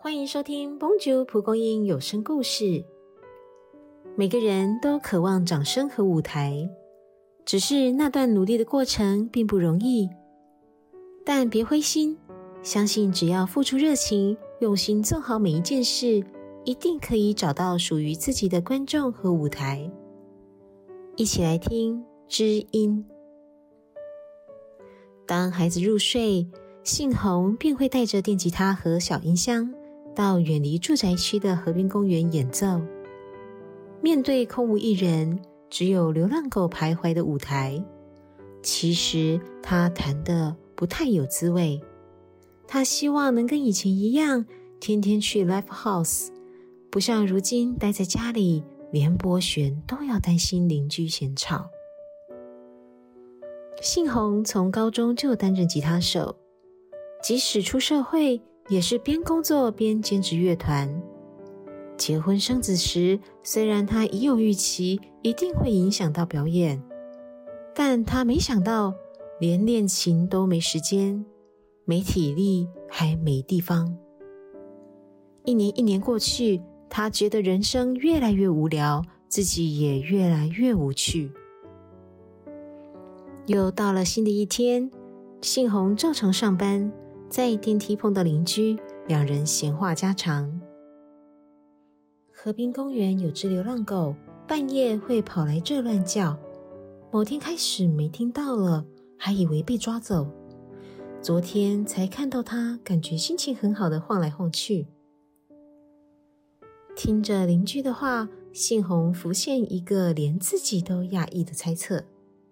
欢迎收听蹦啾蒲公英有声故事。每个人都渴望掌声和舞台，只是那段努力的过程并不容易。但别灰心，相信只要付出热情，用心做好每一件事，一定可以找到属于自己的观众和舞台。一起来听知音。当孩子入睡，信宏便会带着电吉他和小音箱到远离住宅区的河滨公园演奏。面对空无一人，只有流浪狗徘徊的舞台，其实他弹得不太有滋味。他希望能跟以前一样，天天去 Live House， 不像如今待在家里，连拨弦都要担心邻居嫌吵。信宏从高中就担任吉他手，即使出社会，也是边工作边兼职乐团。结婚生子时，虽然他已有预期一定会影响到表演，但他没想到连练琴都没时间，没体力，还没地方。一年一年过去，他觉得人生越来越无聊，自己也越来越无趣。又到了新的一天，信宏照常上班，在电梯碰到邻居，两人闲话家常。河滨公园有只流浪狗，半夜会跑来这乱叫。某天开始没听到了，还以为被抓走。昨天才看到它，感觉心情很好的晃来晃去。听着邻居的话，信宏浮现一个连自己都讶异的猜测。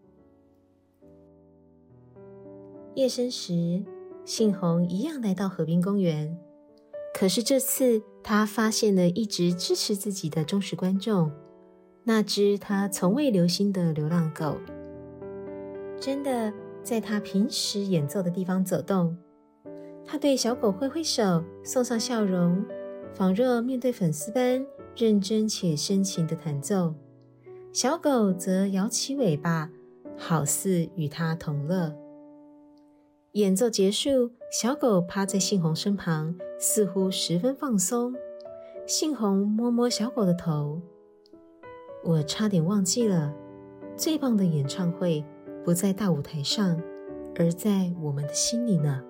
夜深时，信宏一样来到河滨公园，可是这次他发现了一直支持自己的忠实观众，那只他从未留心的流浪狗，真的在他平时演奏的地方走动。他对小狗挥挥手，送上笑容，仿若面对粉丝般认真且深情的弹奏。小狗则摇起尾巴，好似与他同乐。演奏结束，小狗趴在信宏身旁，似乎十分放松。信宏摸摸小狗的头，我差点忘记了，最棒的演唱会不在大舞台上，而在我们的心里呢。